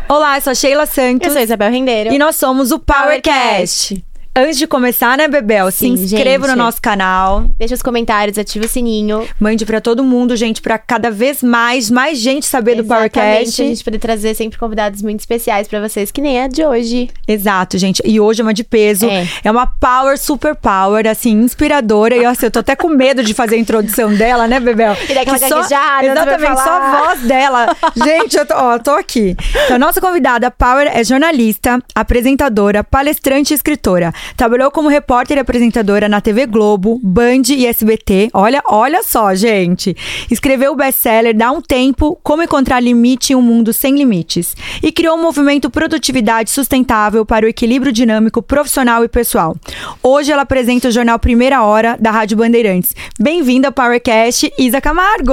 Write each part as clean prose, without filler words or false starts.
Olá, eu sou a Sheila Santos. Eu sou a Isabel Rendeiro. E nós somos o PowerCast. Antes de começar, né, Bebel? Se inscreva no nosso canal. Deixa os comentários, ativa o sininho. Mande pra todo mundo, gente, pra cada vez mais gente saber do PowerCast. A gente poder trazer sempre convidados muito especiais pra vocês, que nem a de hoje. Exato, gente. E hoje é uma de peso. É uma super power, assim, inspiradora. E, eu tô até com medo de fazer a introdução dela, né, Bebel? E daquela gaguejada, exatamente, só a voz dela. Gente, eu tô aqui. Então, nossa convidada, Power, é jornalista, apresentadora, palestrante e escritora. Trabalhou como repórter e apresentadora na TV Globo, Band e SBT. Olha só, gente. Escreveu o best-seller Dá um Tempo, Como Encontrar Limite em um Mundo Sem Limites. E criou um movimento Produtividade Sustentável para o equilíbrio dinâmico profissional e pessoal. Hoje ela apresenta o jornal Primeira Hora da Rádio Bandeirantes. Bem-vinda ao PowerCast, Isa Camargo.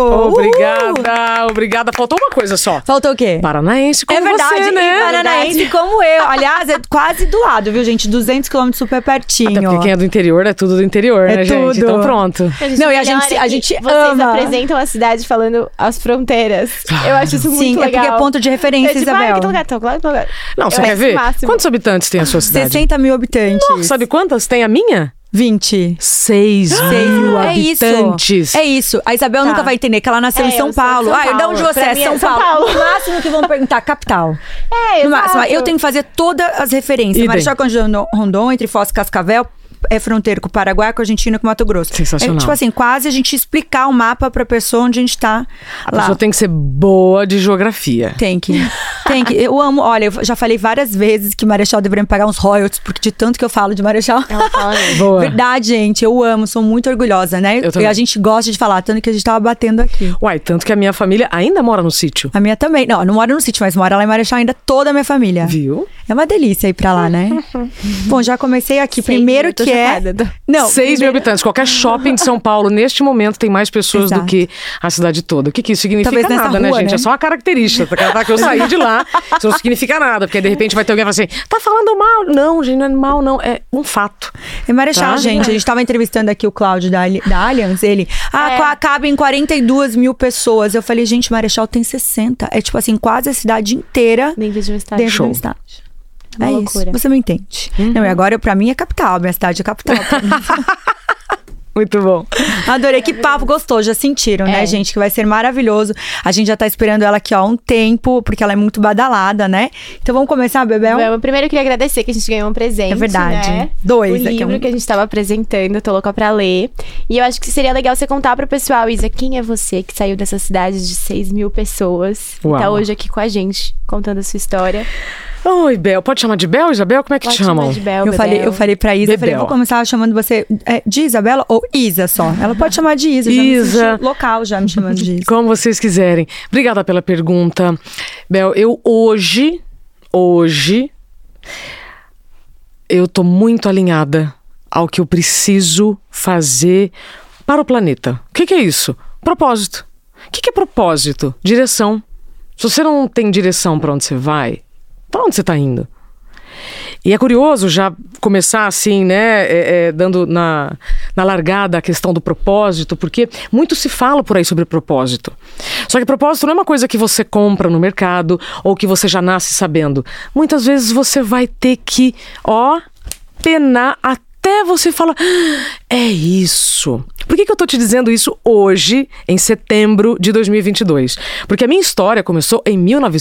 Obrigada. Faltou uma coisa só. Faltou o quê? Paranaense como você, né? Paranaense como eu. Aliás, é quase do lado, viu, gente? 200 quilômetros super pertinho. Até porque quem é do interior é tudo do interior, né, tudo. gente? Então pronto. Não, e a gente vocês ama. apresentam a cidade falando as fronteiras. Eu acho isso muito legal. Sim, é porque é ponto de referência, Isabel. Que lugar. Não, você quer ver? Quantos habitantes tem a sua cidade? 60 mil habitantes. Nossa, sabe quantas tem a minha? 20. 6 mil habitantes. É isso. A Isabel nunca vai entender que ela nasceu em São Paulo. De onde você é? São Paulo. No máximo que vão perguntar, capital. No máximo. Eu tenho que fazer todas as referências. Marechal Cândido Rondon, entre Foz e Cascavel, é fronteira com o Paraguai, com a Argentina e com o Mato Grosso. Sensacional. É, tipo assim, quase a gente explicar o mapa pra pessoa onde a gente tá lá. A pessoa tem que ser boa de geografia. Tem que. Eu amo, olha, eu já falei várias vezes que Marechal deveria me pagar uns royalties, porque de tanto que eu falo de Marechal. Ela fala boa. Verdade, gente, eu amo, sou muito orgulhosa, né? E a gente gosta de falar, tanto que a gente tava batendo aqui. Uai, tanto que a minha família ainda mora no sítio. A minha também. Não mora no sítio, mas mora lá em Marechal ainda toda a minha família. Viu? É uma delícia ir pra lá, né? Bom, já comecei aqui. Primeiro que Não, 6 mil habitantes. Qualquer shopping de São Paulo, neste momento, tem mais pessoas do que a cidade toda. O que isso significa? Talvez nada, né, gente? É só uma característica. Que eu saí de lá, isso não significa nada. Porque, de repente, vai ter alguém que vai falar assim, tá falando mal? Não, gente, não é mal, não. É um fato. É Marechal, gente. A gente tava entrevistando aqui o Cláudio da Allianz. Ele, cabem 42 mil pessoas. Eu falei, gente, Marechal tem 60. É tipo assim, quase a cidade inteira dentro de um estádio. É loucura. Isso, você me entende. Não, e agora pra mim é capital, minha cidade é capital. Muito bom. Adorei, que papo gostoso, já sentiram, né, gente? Que vai ser maravilhoso. A gente já tá esperando ela aqui, ó, um tempo, porque ela é muito badalada, né? Então vamos começar, Bebel? Primeiro eu queria agradecer que a gente ganhou um presente. É verdade. Né? 2. O livro que a gente tava apresentando, eu tô louca pra ler. E eu acho que seria legal você contar pro pessoal, Isa, quem é você que saiu dessa cidade de 6 mil pessoas e tá hoje aqui com a gente, contando a sua história. Oi, Bel. Pode chamar de Bel, Isabel? Como é que te chamam? De Bel, eu falei pra Isa, falei, vou começar chamando você de Isabela ou Isa só. Ela pode chamar de Isa. Isa. Local já me chamando de Isa. Como vocês quiserem. Obrigada pela pergunta. Bel, eu hoje, eu tô muito alinhada ao que eu preciso fazer para o planeta. O que é isso? Propósito. O que é propósito? Direção. Se você não tem direção para onde você vai, para onde você está indo? E é curioso já começar assim, né, dando na largada a questão do propósito, porque muito se fala por aí sobre propósito. Só que propósito não é uma coisa que você compra no mercado ou que você já nasce sabendo. Muitas vezes você vai ter que, penar até você falar, é isso. Por que eu tô te dizendo isso hoje, em setembro de 2022? Porque a minha história começou em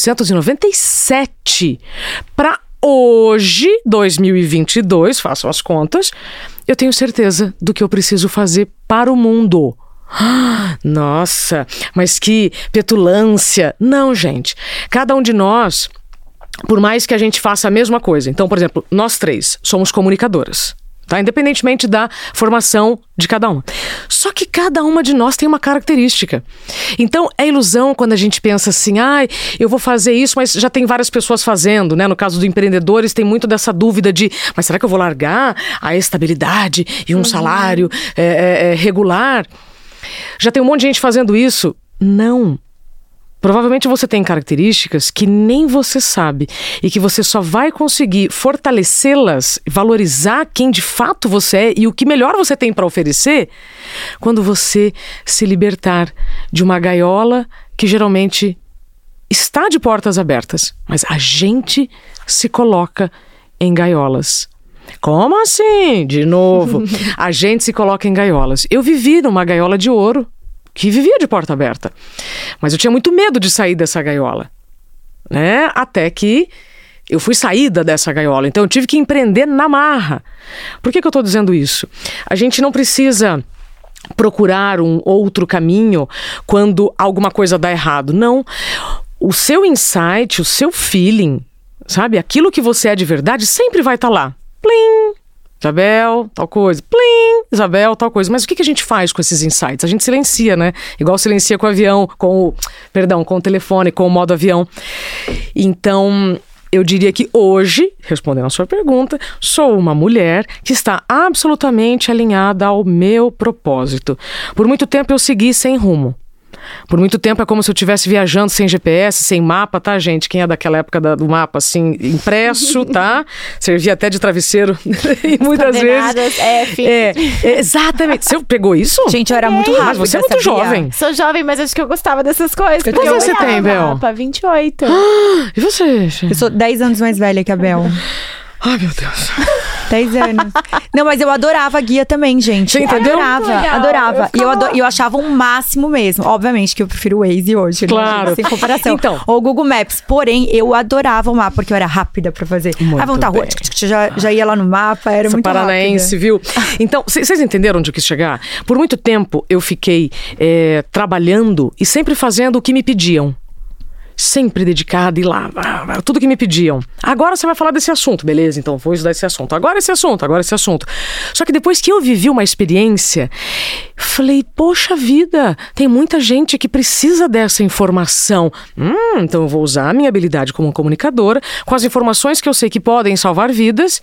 1997. Para hoje, 2022, façam as contas, eu tenho certeza do que eu preciso fazer para o mundo. Nossa, mas que petulância. Não, gente. Cada um de nós, por mais que a gente faça a mesma coisa. Então, por exemplo, nós 3 somos comunicadoras. Tá? Independentemente da formação de cada uma. Só que cada uma de nós tem uma característica. Então, é ilusão quando a gente pensa assim, eu vou fazer isso, mas já tem várias pessoas fazendo, né? No caso dos empreendedores, tem muito dessa dúvida de, mas será que eu vou largar a estabilidade e um salário regular? Já tem um monte de gente fazendo isso? Não. Provavelmente você tem características que nem você sabe e que você só vai conseguir fortalecê-las, valorizar quem de fato você é e o que melhor você tem para oferecer quando você se libertar de uma gaiola que geralmente está de portas abertas, mas a gente se coloca em gaiolas. Como assim? De novo, a gente se coloca em gaiolas. Eu vivi numa gaiola de ouro, que vivia de porta aberta, mas eu tinha muito medo de sair dessa gaiola, né? Até que eu fui saída dessa gaiola, então eu tive que empreender na marra. Por que eu estou dizendo isso? A gente não precisa procurar um outro caminho quando alguma coisa dá errado. Não. O seu insight, o seu feeling, sabe? Aquilo que você é de verdade sempre vai estar lá. Plim! Isabel, tal coisa. Plim! Isabel, tal coisa. Mas o que a gente faz com esses insights? A gente silencia, né? Igual silencia com o avião, com o telefone, com o modo avião. Então, eu diria que hoje, respondendo a sua pergunta, sou uma mulher que está absolutamente alinhada ao meu propósito. Por muito tempo eu segui sem rumo. Por muito tempo é como se eu estivesse viajando sem GPS, sem mapa, tá, gente? Quem é daquela época do mapa, assim, impresso, tá? Servia até de travesseiro e muitas vezes... exatamente. Você pegou isso? Gente, eu era muito rápida. Mas você é muito jovem. Sou jovem, mas acho que eu gostava dessas coisas. Quantos anos você tem, Bel? Mapa, 28. E você? Eu sou 10 anos mais velha que a Bel. Ai, meu Deus. 10 anos. Não, mas eu adorava a guia também, gente. Você entendeu? Adorava. E eu achava um máximo mesmo. Obviamente que eu prefiro o Waze hoje, claro, né? Sem comparação. Então. Ou o Google Maps. Porém, eu adorava o mapa, porque eu era rápida pra fazer. Muito vamos rua, já ia lá no mapa, era essa muito paranaense, rápida. Viu? Então, vocês entenderam onde eu quis chegar? Por muito tempo, eu fiquei trabalhando e sempre fazendo o que me pediam. Sempre dedicada e lá, tudo que me pediam. Agora você vai falar desse assunto, beleza? Então vou estudar esse assunto. Agora esse assunto. Só que depois que eu vivi uma experiência, falei, poxa vida, tem muita gente que precisa dessa informação. Então eu vou usar a minha habilidade como comunicadora, com as informações que eu sei que podem salvar vidas,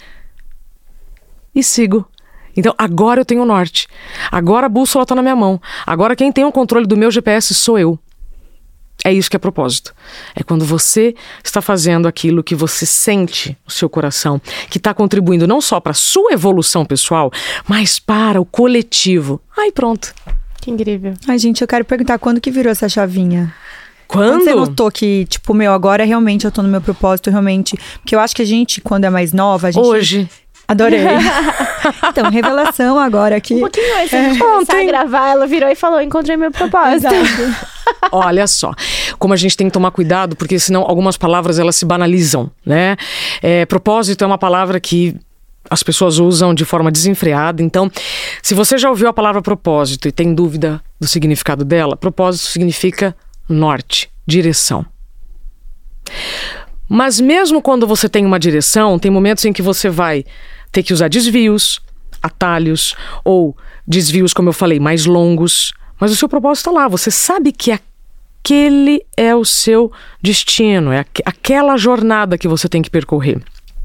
e sigo. Então agora eu tenho o norte. Agora a bússola está na minha mão. Agora quem tem o controle do meu GPS sou eu. É isso que é propósito. É quando você está fazendo aquilo que você sente no seu coração, que está contribuindo não só para a sua evolução pessoal, mas para o coletivo. Aí pronto. Que incrível. Ai, gente, eu quero perguntar, quando que virou essa chavinha? Quando você notou que, tipo, agora realmente eu tô no meu propósito, realmente... Porque eu acho que a gente, quando é mais nova, a gente... Hoje. Adorei. Então, revelação agora aqui. Um pouquinho antes de a gente começar a gravar, ela virou e falou, encontrei meu propósito. Olha só, como a gente tem que tomar cuidado, porque senão algumas palavras elas se banalizam, né? Propósito é uma palavra que as pessoas usam de forma desenfreada. Então, se você já ouviu a palavra propósito e tem dúvida do significado dela, propósito significa norte, direção. Mas mesmo quando você tem uma direção, tem momentos em que você vai ter que usar desvios, atalhos ou desvios, como eu falei, mais longos. Mas o seu propósito está lá. Você sabe que aquele é o seu destino, é aquela jornada que você tem que percorrer.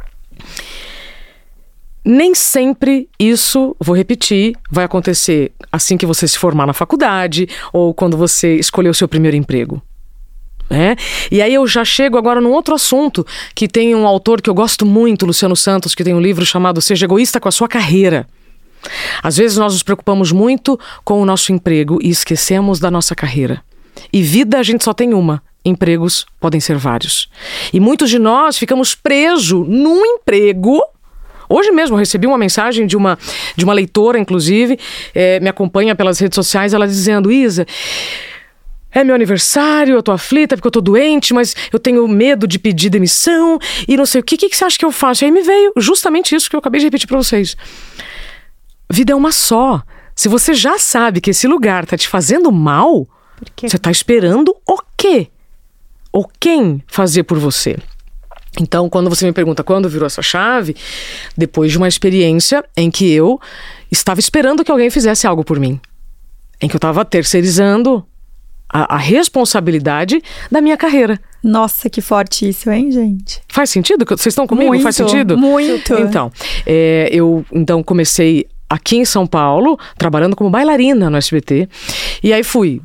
Nem sempre isso, vou repetir, vai acontecer assim que você se formar na faculdade ou quando você escolher o seu primeiro emprego. E aí eu já chego agora num outro assunto, que tem um autor que eu gosto muito, Luciano Santos, que tem um livro chamado Seja Egoísta com a Sua Carreira. Às vezes nós nos preocupamos muito com o nosso emprego e esquecemos da nossa carreira. E vida a gente só tem uma, empregos podem ser vários. E muitos de nós ficamos presos num emprego. Hoje mesmo eu recebi uma mensagem de uma leitora, inclusive, me acompanha pelas redes sociais, ela dizendo, Isa... É meu aniversário, eu tô aflita porque eu tô doente, mas eu tenho medo de pedir demissão e não sei o que você acha que eu faço? E aí me veio justamente isso que eu acabei de repetir pra vocês. Vida é uma só. Se você já sabe que esse lugar tá te fazendo mal, você tá esperando o quê? Ou quem fazer por você? Então, quando você me pergunta quando virou essa chave, depois de uma experiência em que eu estava esperando que alguém fizesse algo por mim. Em que eu estava terceirizando a responsabilidade da minha carreira. Nossa, que forte isso, hein, gente? Faz sentido? Vocês estão comigo? Muito, faz sentido? Muito. Então, eu comecei aqui em São Paulo, trabalhando como bailarina no SBT. E aí fui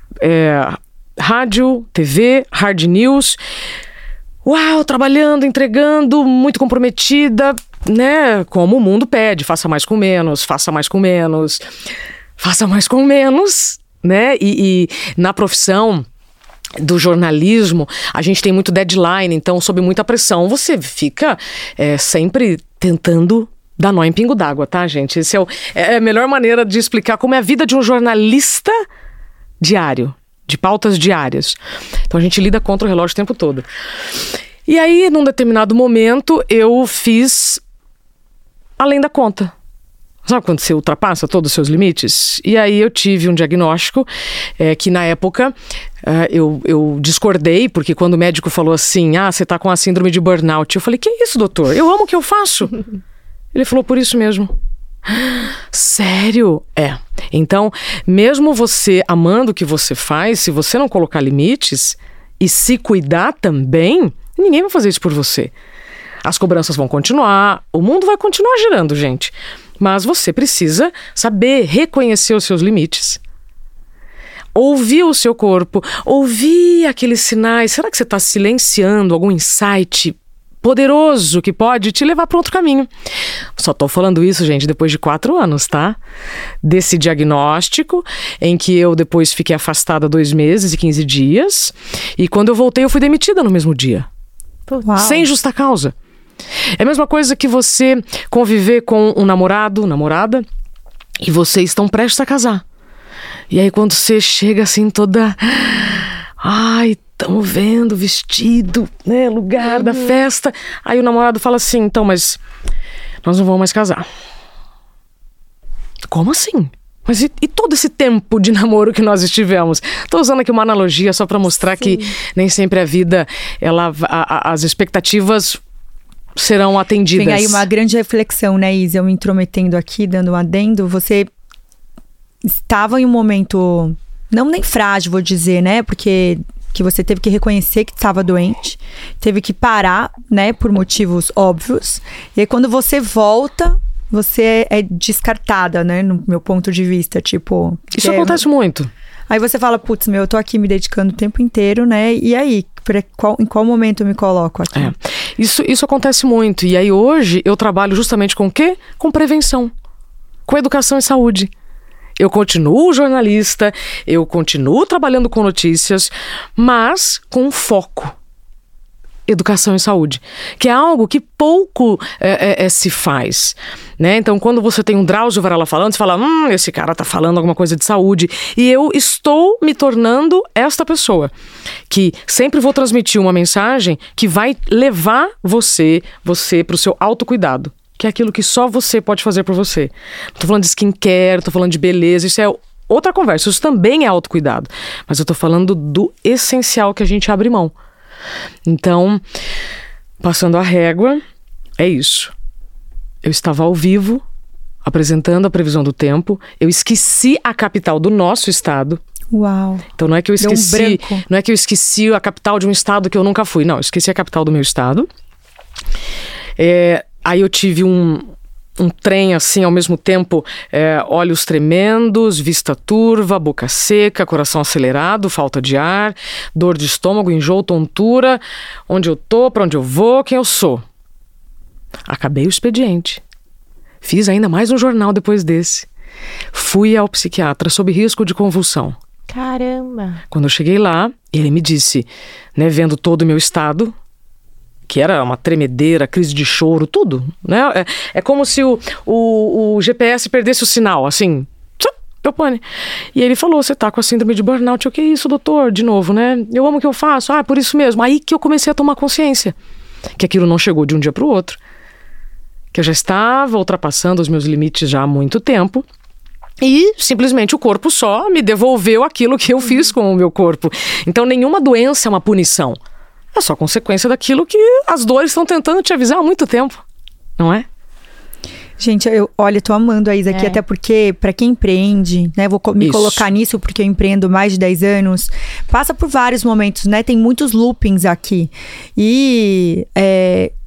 rádio, TV, hard news. Uau, trabalhando, entregando, muito comprometida, né? Como o mundo pede, faça mais com menos, faça mais com menos, faça mais com menos, né? E na profissão, do jornalismo, a gente tem muito deadline, então sob muita pressão, você fica sempre tentando dar nó em pingo d'água, tá, gente? Essa é a melhor maneira de explicar como é a vida de um jornalista diário, de pautas diárias. Então a gente lida contra o relógio o tempo todo. E aí, num determinado momento, eu fiz além da conta. Sabe quando você ultrapassa todos os seus limites? E aí eu tive um diagnóstico que na época eu discordei, porque quando o médico falou assim, você tá com a síndrome de burnout, eu falei, que isso, doutor? Eu amo o que eu faço. Ele falou, por isso mesmo. Sério? Então, mesmo você amando o que você faz, se você não colocar limites e se cuidar também, ninguém vai fazer isso por você. As cobranças vão continuar, o mundo vai continuar girando, gente. Mas você precisa saber reconhecer os seus limites. Ouvir o seu corpo, ouvir aqueles sinais. Será que você está silenciando algum insight poderoso que pode te levar para outro caminho? Só estou falando isso, gente, depois de 4 anos, tá? Desse diagnóstico, em que eu depois fiquei afastada 2 meses e 15 dias. E quando eu voltei, eu fui demitida no mesmo dia. Uau. Sem justa causa. É a mesma coisa que você conviver com um namorado, namorada, e vocês estão prestes a casar. E aí quando você chega assim toda... estamos vendo o vestido, né, lugar da festa. Aí o namorado fala assim, então, mas nós não vamos mais casar. Como assim? Mas e todo esse tempo de namoro que nós estivemos? Estou usando aqui uma analogia só para mostrar que nem sempre a vida, as expectativas serão atendidas. Tem aí uma grande reflexão, né, Isa? Eu me intrometendo aqui, dando um adendo. Você estava em um momento, não nem frágil, vou dizer, né? Porque que você teve que reconhecer que estava doente, teve que parar, né, por motivos óbvios. E aí quando você volta, você é descartada, né, no meu ponto de vista, tipo... Isso acontece muito. Aí você fala, putz, eu tô aqui me dedicando o tempo inteiro, né, e aí, em qual momento eu me coloco aqui? Isso acontece muito, e aí hoje eu trabalho justamente com o quê? Com prevenção, com educação e saúde. Eu continuo jornalista, eu continuo trabalhando com notícias, mas com foco. Educação e saúde, que é algo que pouco se faz, né? Então, quando você tem um Drauzio Varela falando, você fala, esse cara tá falando alguma coisa de saúde. E eu estou me tornando esta pessoa, que sempre vou transmitir uma mensagem que vai levar você pro seu autocuidado. Que é aquilo que só você pode fazer por você. Não tô falando de skincare, tô falando de beleza, isso é outra conversa, isso também é autocuidado. Mas eu tô falando do essencial que a gente abre mão. Então, passando a régua, é isso. Eu estava ao vivo, apresentando a previsão do tempo, eu esqueci a capital do nosso estado. Uau. Então não é que eu esqueci, não é que eu esqueci a capital de um estado que eu nunca fui, não, eu esqueci a capital do meu estado. Aí eu tive um trem assim, ao mesmo tempo, olhos tremendos, vista turva, boca seca, coração acelerado, falta de ar, dor de estômago, enjoo, tontura, onde eu tô, pra onde eu vou, quem eu sou. Acabei o expediente. Fiz ainda mais um jornal depois desse. Fui ao psiquiatra sob risco de convulsão. Caramba! Quando eu cheguei lá, ele me disse, né, vendo todo o meu estado, que era uma tremedeira, crise de choro, tudo, né? É como se o GPS perdesse o sinal, assim, eu pane. E ele falou, você tá com a síndrome de burnout. O que é isso, doutor? De novo, né? Eu amo o que eu faço. Por isso mesmo. Aí que eu comecei a tomar consciência que aquilo não chegou de um dia para o outro, que eu já estava ultrapassando os meus limites já há muito tempo. E simplesmente o corpo só me devolveu aquilo que eu fiz com o meu corpo. Então nenhuma doença é uma punição. É só consequência daquilo que as dores estão tentando te avisar há muito tempo, não é? Gente, olha, tô amando a Isa aqui, até porque pra quem empreende, né, vou me colocar nisso porque eu empreendo mais de 10 anos, passa por vários momentos, né, tem muitos loopings aqui. E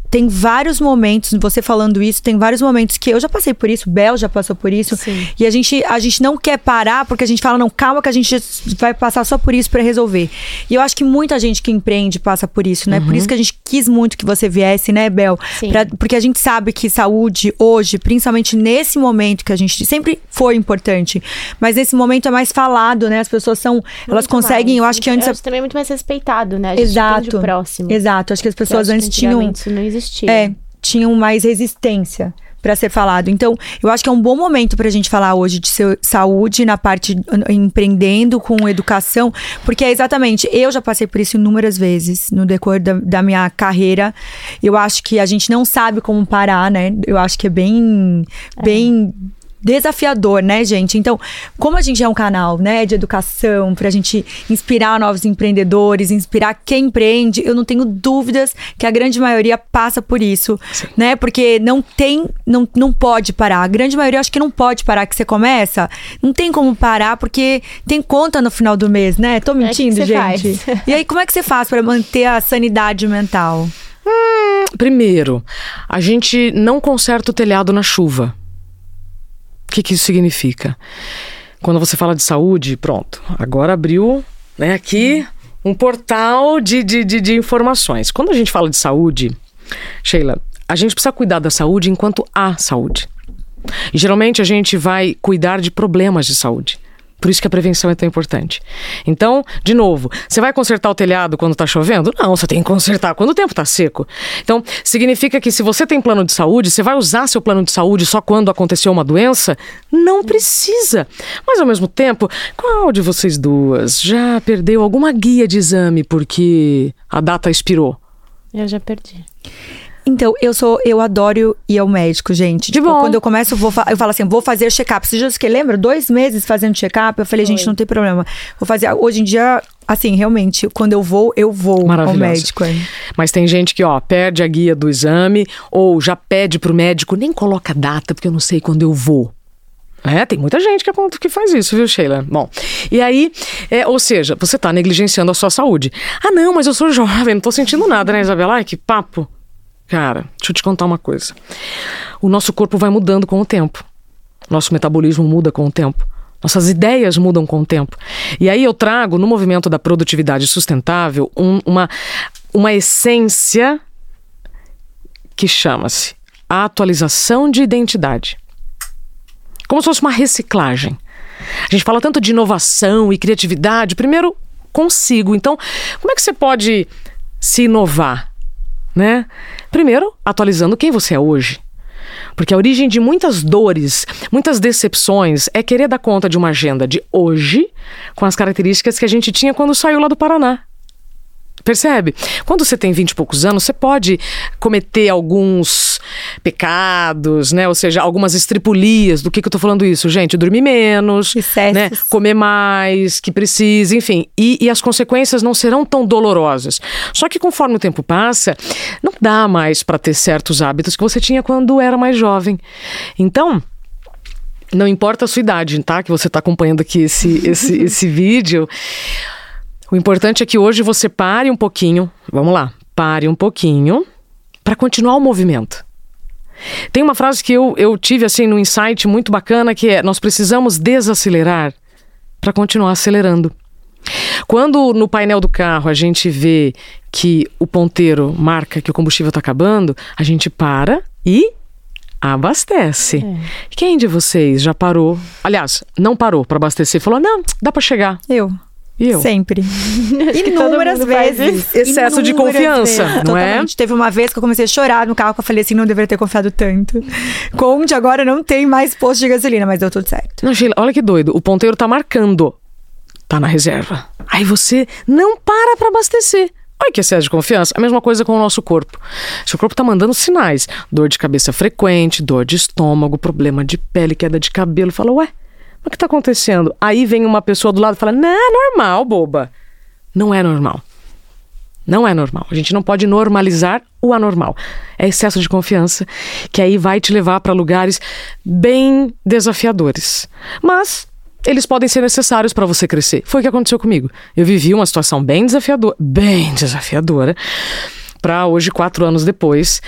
tem vários momentos, você falando isso, tem vários momentos que eu já passei por isso, Bel já passou por isso. Sim. E a gente não quer parar porque a gente fala, não, calma que a gente vai passar só por isso pra resolver. E eu acho que muita gente que empreende passa por isso, né? Por isso que a gente quis muito que você viesse, né, Bel? Porque a gente sabe que saúde hoje, principalmente nesse momento que a gente sempre foi importante, mas nesse momento é mais falado, né? As pessoas são, elas conseguem, eu acho que antes... Eu acho também é muito mais respeitado, né? A gente entende o próximo. Exato, acho que as pessoas antes tinham... Isso não existia. Tinham mais resistência para ser falado. Então, eu acho que é um bom momento pra gente falar hoje de saúde na parte empreendendo com educação, porque é exatamente, eu já passei por isso inúmeras vezes no decorrer da minha carreira. Eu acho que a gente não sabe como parar, né? Eu acho que é bem desafiador, né, gente? Então, como a gente é um canal, né, de educação, pra gente inspirar novos empreendedores, inspirar quem empreende, eu não tenho dúvidas que a grande maioria passa por isso, né? Porque não pode parar. A grande maioria acho que não pode parar, que você começa, não tem como parar, porque tem conta no final do mês, né? Tô mentindo, gente? Faz? E aí, como é que você faz pra manter a sanidade mental? Primeiro, a gente não conserta o telhado na chuva. O que isso significa? Quando você fala de saúde, pronto, agora abriu, né, aqui um portal de informações. Quando a gente fala de saúde, Sheila, a gente precisa cuidar da saúde enquanto há saúde. E geralmente a gente vai cuidar de problemas de saúde. Por isso que a prevenção é tão importante. Então, de novo, você vai consertar o telhado quando está chovendo? Não, você tem que consertar quando o tempo está seco. Então, significa que se você tem plano de saúde, você vai usar seu plano de saúde só quando aconteceu uma doença? Não precisa. Mas, ao mesmo tempo, qual de vocês duas já perdeu alguma guia de exame porque a data expirou? Eu já perdi. Então, eu adoro ir ao médico, gente. Tipo, quando eu começo, eu falo assim, vou fazer check-up. Esses dias que lembra? 2 meses fazendo check-up. Eu falei, gente, não tem problema. Vou fazer. Hoje em dia, assim, realmente, quando eu vou ao médico. Mas tem gente que, perde a guia do exame ou já pede pro médico, nem coloca data, porque eu não sei quando eu vou. Tem muita gente que faz isso, viu, Sheila? Bom, e aí, ou seja, você tá negligenciando a sua saúde. Ah, não, mas eu sou jovem, não tô sentindo nada, né, Isabela? Ai, que papo. Cara, deixa eu te contar uma coisa. O nosso corpo vai mudando com o tempo. Nosso metabolismo muda com o tempo. Nossas ideias mudam com o tempo. E aí eu trago no movimento da produtividade sustentável uma essência que chama-se a atualização de identidade. Como se fosse uma reciclagem. A gente fala tanto de inovação e criatividade, primeiro consigo. Então, como é que você pode se inovar? Né? Primeiro, atualizando quem você é hoje. Porque a origem de muitas dores, muitas decepções é querer dar conta de uma agenda de hoje com as características que a gente tinha quando saiu lá do Paraná. Percebe? Quando você tem 20 e poucos anos, você pode cometer alguns pecados, né? Ou seja, algumas estripulias. Do que eu tô falando isso, gente? Dormir menos, né? Comer mais, que precisa, enfim. E as consequências não serão tão dolorosas. Só que conforme o tempo passa, não dá mais para ter certos hábitos que você tinha quando era mais jovem. Então, não importa a sua idade, tá? Que você tá acompanhando aqui esse vídeo. O importante é que hoje você pare um pouquinho, vamos lá, pare um pouquinho para continuar o movimento. Tem uma frase que eu tive assim no insight muito bacana, que é: nós precisamos desacelerar para continuar acelerando. Quando no painel do carro a gente vê que o ponteiro marca que o combustível está acabando, a gente para e abastece. Quem de vocês já parou? Aliás, não parou para abastecer, falou: não, dá para chegar. Eu. Sempre. Inúmeras vezes. Excesso de confiança, não totalmente. Teve uma vez que eu comecei a chorar no carro, que eu falei assim, não deveria ter confiado tanto. Conde agora não tem mais posto de gasolina, mas deu tudo certo. Não, Sheila, olha que doido. O ponteiro tá marcando. Tá na reserva. Aí você não para abastecer. Olha que excesso de confiança. A mesma coisa com o nosso corpo. Seu corpo tá mandando sinais. Dor de cabeça frequente, dor de estômago, problema de pele, queda de cabelo. Fala, ué, o que está acontecendo? Aí vem uma pessoa do lado e fala, não, é normal, boba. Não é normal. Não é normal. A gente não pode normalizar o anormal. É excesso de confiança que aí vai te levar para lugares bem desafiadores. Mas eles podem ser necessários para você crescer. Foi o que aconteceu comigo. Eu vivi uma situação bem desafiadora, para hoje, 4 anos depois,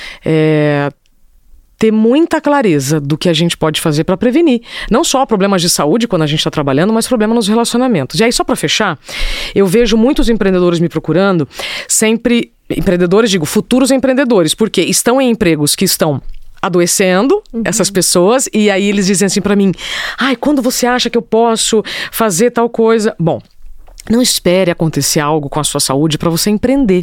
ter muita clareza do que a gente pode fazer para prevenir. Não só problemas de saúde quando a gente está trabalhando, mas problemas nos relacionamentos. E aí, só para fechar, eu vejo muitos empreendedores me procurando, sempre empreendedores, digo, futuros empreendedores, porque estão em empregos que estão adoecendo essas pessoas, e aí eles dizem assim para mim, quando você acha que eu posso fazer tal coisa? Bom, não espere acontecer algo com a sua saúde para você empreender.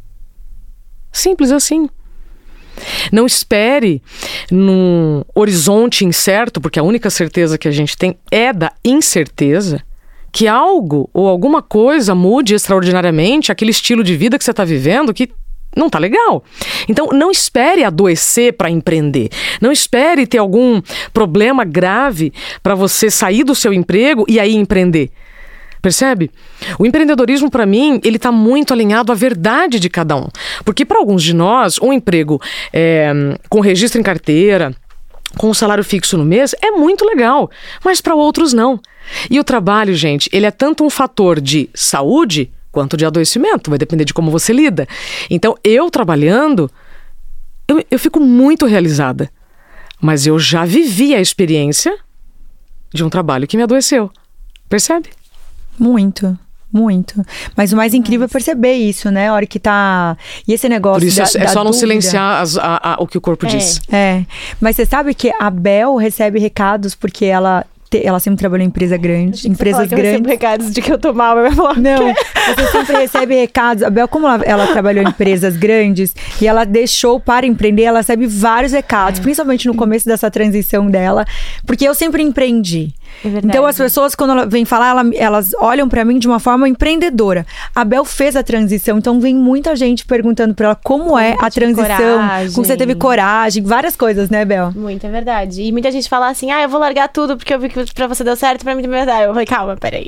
Simples assim. Não espere num horizonte incerto, porque a única certeza que a gente tem é da incerteza, que algo ou alguma coisa mude extraordinariamente aquele estilo de vida que você está vivendo que não tá legal. Então, não espere adoecer para empreender. Não espere ter algum problema grave para você sair do seu emprego e aí empreender. Percebe? O empreendedorismo, para mim, ele está muito alinhado à verdade de cada um. Porque para alguns de nós, um emprego com registro em carteira, com um salário fixo no mês, é muito legal. Mas para outros, não. E o trabalho, gente, ele é tanto um fator de saúde quanto de adoecimento. Vai depender de como você lida. Então, eu trabalhando, eu fico muito realizada. Mas eu já vivi a experiência de um trabalho que me adoeceu. Percebe? Muito, muito. Mas o mais incrível é perceber isso, né? A hora que tá... E esse negócio Por isso da é só não dúvida. silenciar o que o corpo diz. Mas você sabe que a Bel recebe recados porque ela sempre trabalhou em empresa grande, empresas grandes. Eu recebo recados de que eu tô mal, eu vou falar. Não, você sempre recebe recados. A Bel, como ela trabalhou em empresas grandes e ela deixou para empreender, ela recebe vários recados, principalmente no começo dessa transição dela, porque eu sempre empreendi. É verdade. Então as pessoas, quando ela vem falar, elas olham pra mim de uma forma empreendedora. A Bel fez a transição, então vem muita gente perguntando pra ela como é a transição, como você teve coragem, várias coisas, né, Bel? Muito, é verdade. E muita gente fala assim, eu vou largar tudo porque eu vi que pra você deu certo, pra mim também vai dar. Eu falei, calma, peraí.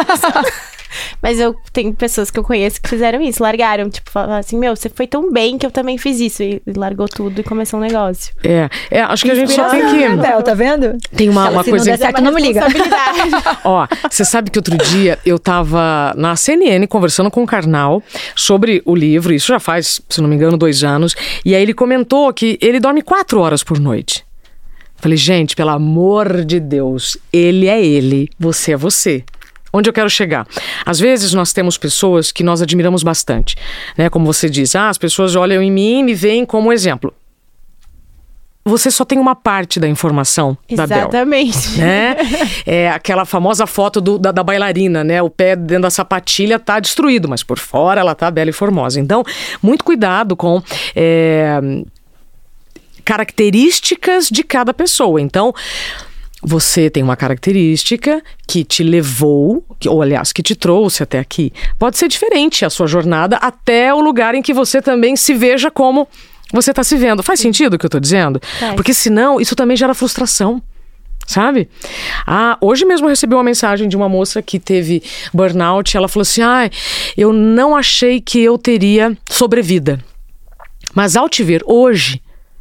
Mas eu tenho pessoas que eu conheço que fizeram isso, largaram, tipo, falaram assim, você foi tão bem que eu também fiz isso. E largou tudo e começou um negócio. Acho que a gente só tem que... Bel, tá vendo? Tem uma Se coisa... não der certo, não me liga. Ó, você sabe que outro dia eu tava na CNN conversando com o Karnal sobre o livro, isso já faz, se não me engano, 2 anos, e aí ele comentou que ele dorme 4 horas por noite. Falei, gente, pelo amor de Deus, ele é ele, você é você. Onde eu quero chegar? Às vezes nós temos pessoas que nós admiramos bastante, né? Como você diz, as pessoas olham em mim e me veem como exemplo. Você só tem uma parte da informação da Bel. Exatamente. Né? É aquela famosa foto da bailarina, né? O pé dentro da sapatilha tá destruído, mas por fora ela tá bela e formosa. Então, muito cuidado com características de cada pessoa. Então, você tem uma característica que te levou, ou aliás, que te trouxe até aqui. Pode ser diferente a sua jornada até o lugar em que você também se veja como você está se vendo. Faz sentido o que eu estou dizendo? Faz. Porque senão isso também gera frustração. Sabe? Hoje mesmo eu recebi uma mensagem de uma moça que teve burnout. Ela falou assim, eu não achei que eu teria sobrevida. Mas ao te ver hoje,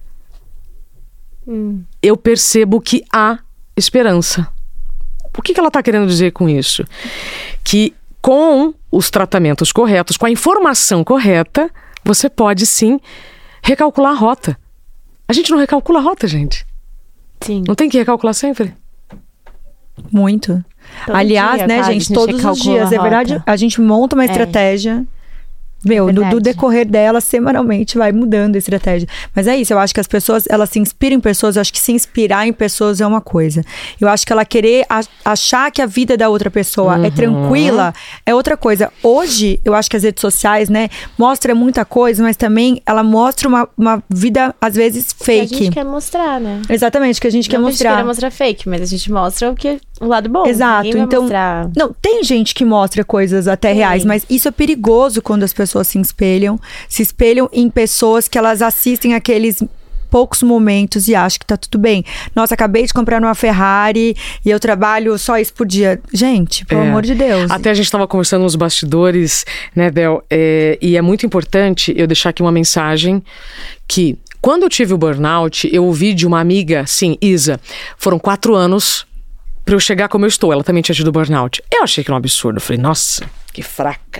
eu percebo que há esperança. O que ela está querendo dizer com isso? Que com os tratamentos corretos, com a informação correta, você pode sim recalcular a rota. A gente não recalcula a rota, gente. Sim. Não tem que recalcular sempre? Muito. Todo Aliás, dia, né, quase, gente, a gente todos os recalcula dias, a é verdade, rota. a gente monta uma estratégia. Do verdade. decorrer dela, semanalmente, vai mudando a estratégia. Mas é isso, eu acho que as pessoas, elas se inspiram em pessoas, eu acho que se inspirar em pessoas é uma coisa. Eu acho que ela querer achar que a vida da outra pessoa é tranquila é outra coisa. Hoje, eu acho que as redes sociais, né, mostram muita coisa, mas também ela mostra uma vida, às vezes, fake. Que a gente quer mostrar, né? Exatamente, que a gente quer Não mostrar. A gente quer mostrar fake, mas a gente mostra o lado bom. Exato, Ninguém vai então mostrar... não, tem gente que mostra coisas até reais, mas isso é perigoso quando as pessoas se espelham em pessoas que elas assistem aqueles poucos momentos e acham que tá tudo bem. Nossa, acabei de comprar uma Ferrari e eu trabalho só isso por dia. Gente, pelo amor de Deus. Até a gente estava conversando nos bastidores, né, Bel? E é muito importante eu deixar aqui uma mensagem que quando eu tive o burnout, eu ouvi de uma amiga, sim, Isa, foram 4 anos pra eu chegar como eu estou. Ela também tinha tido burnout. Eu achei que era um absurdo. Eu falei, nossa, que fraca.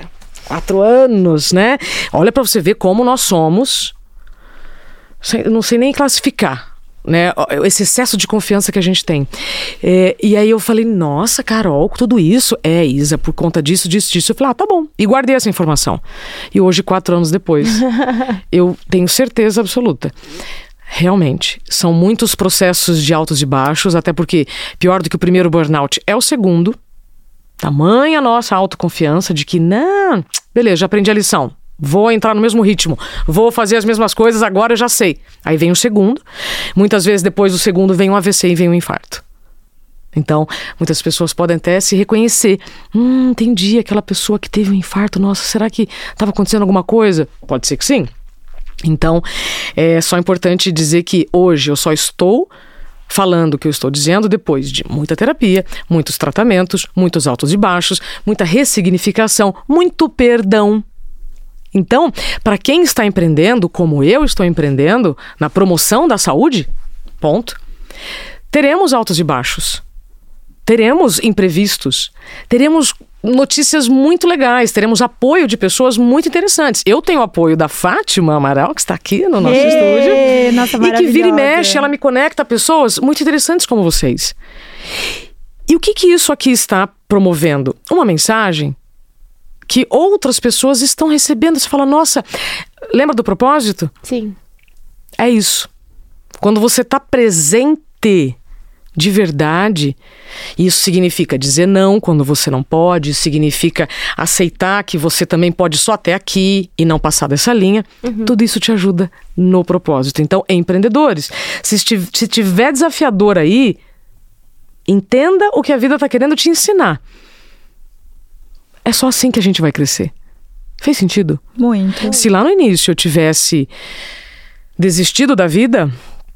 4 anos, né? Olha pra você ver como nós somos. Não sei nem classificar, né? Esse excesso de confiança que a gente tem. E aí eu falei, nossa, Carol, tudo isso? Isa, por conta disso. Eu falei, tá bom. E guardei essa informação. E hoje, 4 anos depois, eu tenho certeza absoluta. Realmente, são muitos processos de altos e baixos, até porque pior do que o primeiro burnout é o segundo. Tamanha nossa autoconfiança de que, não, beleza, já aprendi a lição. Vou entrar no mesmo ritmo, vou fazer as mesmas coisas, agora eu já sei. Aí vem o segundo, muitas vezes depois do segundo vem um AVC e vem um infarto. Então, muitas pessoas podem até se reconhecer. Entendi, aquela pessoa que teve um infarto, nossa, será que estava acontecendo alguma coisa? Pode ser que sim. Então, é só importante dizer que hoje eu só estou falando o que eu estou dizendo depois de muita terapia, muitos tratamentos, muitos altos e baixos, muita ressignificação, muito perdão. Então, para quem está empreendendo, como eu estou empreendendo, na promoção da saúde, ponto, teremos altos e baixos, teremos imprevistos, teremos notícias muito legais, teremos apoio de pessoas muito interessantes. Eu tenho apoio da Fátima Amaral, que está aqui no nosso estúdio, nossa, e que vira e mexe, ela me conecta a pessoas muito interessantes como vocês. E o que isso aqui está promovendo? Uma mensagem que outras pessoas estão recebendo. Você fala, nossa, lembra do propósito? Sim. É isso. Quando você está presente de verdade, isso significa dizer não quando você não pode, significa aceitar que você também pode só até aqui e não passar dessa linha. Tudo isso te ajuda no propósito. Então, empreendedores, se tiver desafiador aí, entenda o que a vida está querendo te ensinar. É só assim que a gente vai crescer. Fez sentido? Muito. Se lá no início eu tivesse desistido da vida,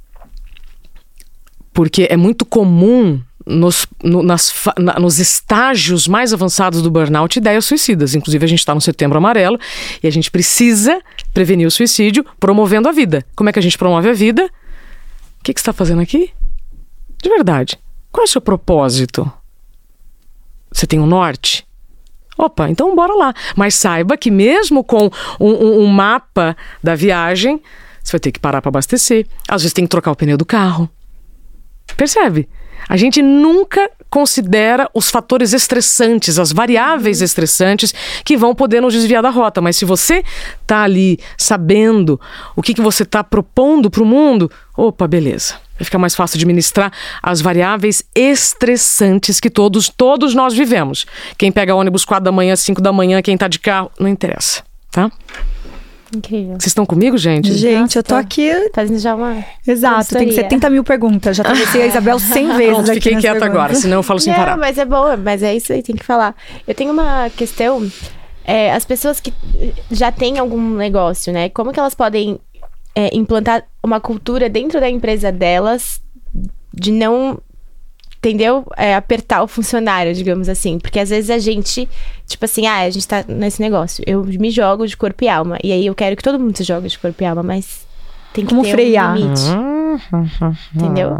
porque é muito comum nos estágios mais avançados do burnout, ideias suicidas. Inclusive, a gente está no Setembro Amarelo e a gente precisa prevenir o suicídio promovendo a vida. Como é que a gente promove a vida? O que você está fazendo aqui? De verdade. Qual é o seu propósito? Você tem um norte? Opa, então bora lá. Mas saiba que mesmo com um mapa da viagem, você vai ter que parar para abastecer. Às vezes tem que trocar o pneu do carro. Percebe? A gente nunca considera os fatores estressantes, as variáveis estressantes que vão poder nos desviar da rota. Mas se você tá ali sabendo o que você tá propondo pro mundo, opa, beleza. Vai ficar mais fácil de administrar as variáveis estressantes que todos nós vivemos. Quem pega ônibus 4 da manhã, 5 da manhã, quem tá de carro, não interessa, tá? Incrível. Vocês estão comigo, gente? Gente, Nossa, eu tô aqui... fazendo já uma... Exato, tem 70 mil perguntas. Já atravessei a Isabel 100 vezes. Pronto, aqui fiquei nas quieta perguntas. agora, senão eu falo sem parar. Mas é boa, mas é isso aí, tem que falar. Eu tenho uma questão, as pessoas que já têm algum negócio, né? Como que elas podem implantar uma cultura dentro da empresa delas de não... Entendeu? Apertar o funcionário, digamos assim. Porque às vezes a gente, tipo assim, a gente tá nesse negócio. Eu me jogo de corpo e alma. E aí eu quero que todo mundo se jogue de corpo e alma, mas tem que Como ter frear? um limite. Entendeu?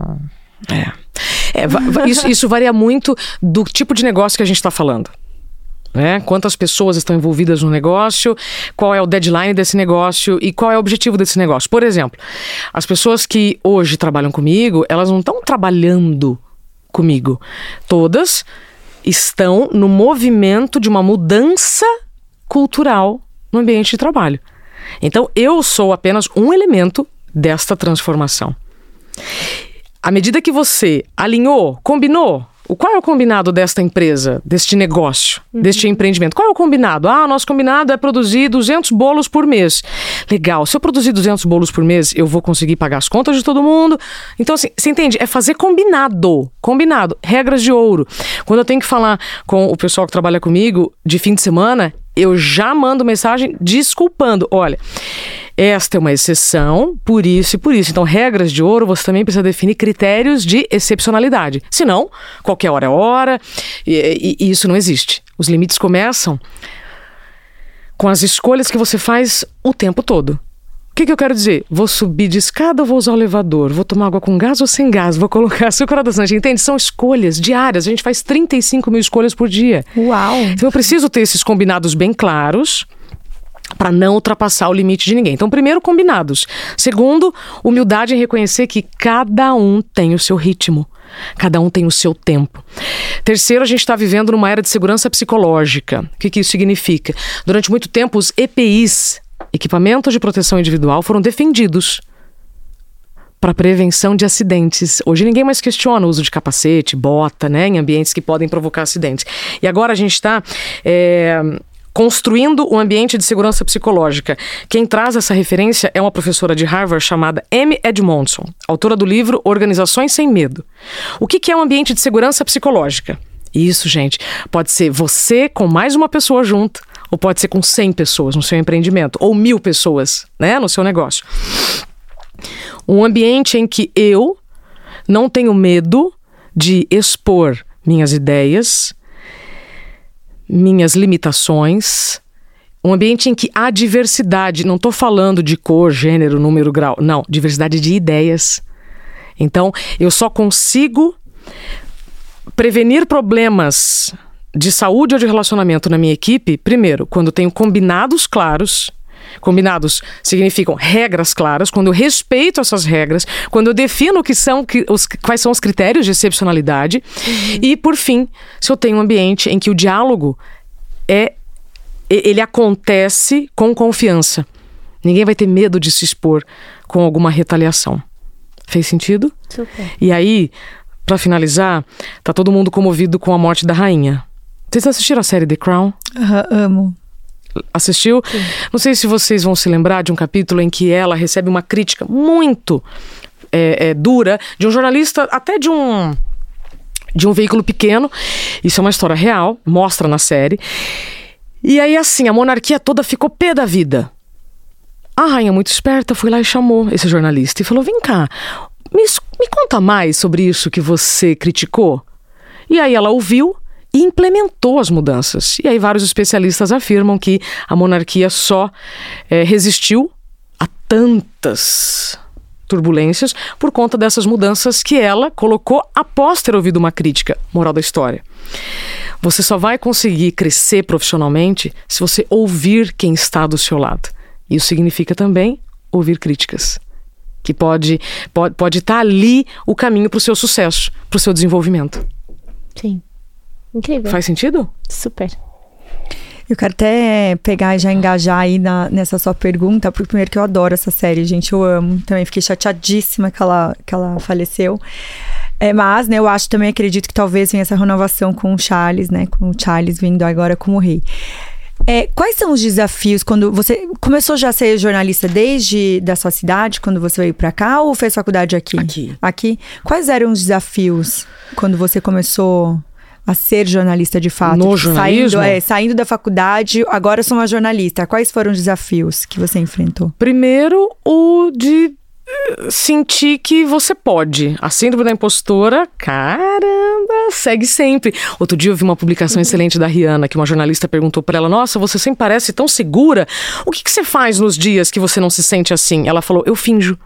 Isso varia muito do tipo de negócio que a gente está falando. Né? Quantas pessoas estão envolvidas no negócio, qual é o deadline desse negócio e qual é o objetivo desse negócio. Por exemplo, as pessoas que hoje trabalham comigo, elas não estão trabalhando comigo. Todas estão no movimento de uma mudança cultural no ambiente de trabalho. Então, eu sou apenas um elemento desta transformação. À medida que você alinhou, combinou, qual é o combinado desta empresa, deste negócio, deste empreendimento? Qual é o combinado? O nosso combinado é produzir 200 bolos por mês. Legal, se eu produzir 200 bolos por mês, eu vou conseguir pagar as contas de todo mundo. Então, assim, você entende? É fazer combinado, regras de ouro. Quando eu tenho que falar com o pessoal que trabalha comigo de fim de semana, eu já mando mensagem desculpando. Olha, esta é uma exceção, por isso e por isso. Então, regras de ouro, você também precisa definir critérios de excepcionalidade. Senão, qualquer hora é hora, e isso não existe. Os limites começam com as escolhas que você faz o tempo todo. O que eu quero dizer? Vou subir de escada ou vou usar o elevador? Vou tomar água com gás ou sem gás? Vou colocar açúcar ou adoçante? Entende? São escolhas diárias. A gente faz 35 mil escolhas por dia. Uau! Então eu preciso ter esses combinados bem claros para não ultrapassar o limite de ninguém. Então, primeiro, combinados. Segundo, humildade em reconhecer que cada um tem o seu ritmo. Cada um tem o seu tempo. Terceiro, a gente está vivendo numa era de segurança psicológica. O que isso significa? Durante muito tempo, os EPIs, equipamentos de proteção individual, foram defendidos para prevenção de acidentes. Hoje ninguém mais questiona o uso de capacete, bota, né, em ambientes que podem provocar acidentes. E agora a gente está construindo um ambiente de segurança psicológica. Quem traz essa referência é uma professora de Harvard chamada Amy Edmondson, autora do livro Organizações Sem Medo. O que é um ambiente de segurança psicológica? Isso, gente, pode ser você com mais uma pessoa junto, ou pode ser com 100 pessoas no seu empreendimento, ou 1000 pessoas, né, no seu negócio. Um ambiente em que eu não tenho medo de expor minhas ideias, minhas limitações, um ambiente em que há diversidade, não estou falando de cor, gênero, número, grau, não, diversidade de ideias. Então, eu só consigo prevenir problemas de saúde ou de relacionamento na minha equipe, primeiro, quando tenho combinados claros. Combinados significam regras claras, quando eu respeito essas regras, quando eu defino quais são os critérios de excepcionalidade. E, por fim, se eu tenho um ambiente em que o diálogo ele acontece com confiança. Ninguém vai ter medo de se expor com alguma retaliação. Fez sentido? Super. E aí, para finalizar, tá todo mundo comovido com a morte da rainha. Vocês assistiram a série The Crown? Amo. Assistiu? Sim. Não sei se vocês vão se lembrar de um capítulo em que ela recebe uma crítica muito dura de um jornalista, até de um veículo pequeno. Isso é uma história real, mostra na série. E aí, assim, a monarquia toda ficou pé da vida. A rainha, muito esperta, foi lá e chamou esse jornalista e falou: vem cá, me conta mais sobre isso que você criticou. E aí ela ouviu e implementou as mudanças. E aí vários especialistas afirmam que a monarquia só resistiu a tantas turbulências por conta dessas mudanças que ela colocou após ter ouvido uma crítica. Moral da história: você só vai conseguir crescer profissionalmente se você ouvir quem está do seu lado. Isso significa também ouvir críticas, que pode estar ali o caminho para o seu sucesso, para o seu desenvolvimento. Sim. Incrível. Faz sentido? Super. Eu quero até pegar e já engajar aí nessa sua pergunta, porque primeiro que eu adoro essa série, gente, eu amo. Também fiquei chateadíssima que ela faleceu. Mas, né, eu acho também, acredito que talvez venha essa renovação com o Charles, né, com o Charles vindo agora como rei. Quais são os desafios quando você começou já a ser jornalista desde da sua cidade, quando você veio pra cá, ou fez faculdade aqui? Aqui. Quais eram os desafios quando você começou a ser jornalista de fato? No jornalismo? Saindo da faculdade, agora eu sou uma jornalista. Quais foram os desafios que você enfrentou? Primeiro, o de sentir que você pode. A síndrome da impostora, caramba, segue sempre. Outro dia eu vi uma publicação excelente da Rihanna, que uma jornalista perguntou pra ela: nossa, você sempre parece tão segura. O que você faz nos dias que você não se sente assim? Ela falou: eu finjo.